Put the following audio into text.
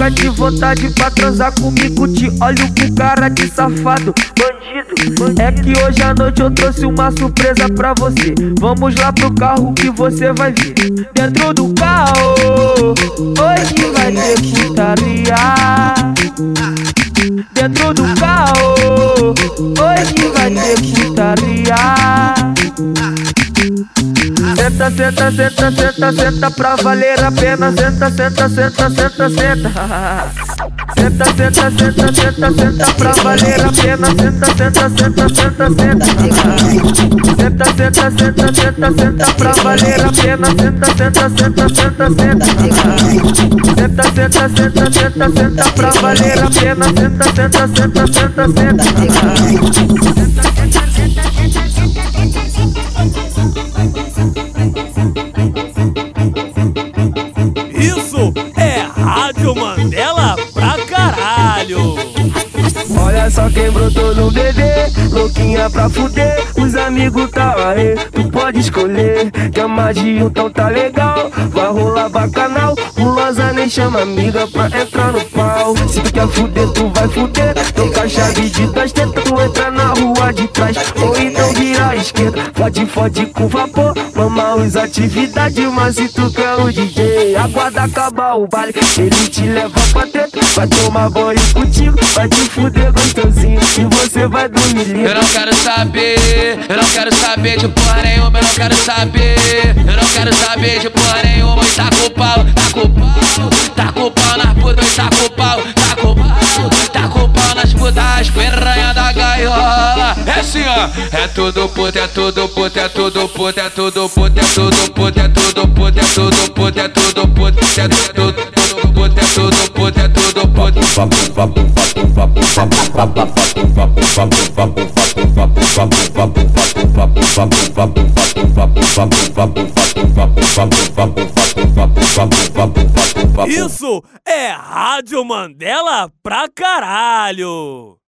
louca de vontade pra transar comigo, te olho com cara de safado, bandido. É que hoje à noite eu trouxe uma surpresa pra você. Vamos lá pro carro que você vai ver. Dentro do carro, hoje vai ter putaria. Dentro do carro, hoje vai ter putaria. Senta, senta, senta, senta, senta pra valer a pena. Senta, senta, senta, senta, senta. Senta, senta, senta, senta, senta pra valer a pena. Senta, senta, senta, senta, senta. Senta, senta, senta, senta, senta pra valer a pena. Senta, senta, senta, senta, senta. Senta, senta, senta, senta, senta pra valer a pena. Senta, senta, senta, senta, senta. Isso é Rádio Mandela pra caralho. Olha só quem brotou no bebê, louquinha pra fuder. Os amigos tá aí, tu pode escolher. Que a magia então tá legal, vai rolar bacanal. O Loza nem chama amiga pra entrar no pau. Se tu quer fuder, tu vai fuder. Toca a chave de das tetas, tu entra na rua de trás. Ou então vira à esquerda, fode, fode com vapor. Mama os atividades, mas se tu quer o DJ, aguarda acabar o baile, ele te leva pra treta. Vai tomar banho contigo, vai te fuder gostosinho e você vai dormir lindo. Eu não quero saber, eu não quero saber de porra nenhuma, eu não quero saber, eu não quero saber de porra nenhuma. E tá com o pau, tá com o pau, tá com o pau nas putas, e tá com o pau, tá com o pau, tá com o pau nas putas, as piranha da gaiola. É assim ó, é tudo puta, é tudo puta, é tudo puta, é tudo puta, é tudo puta, é tudo puta, é tudo puta, é tudo puta, é tudo puta, é tudo puta, é tudo puta. Isso é Rádio Mandela pra caralho.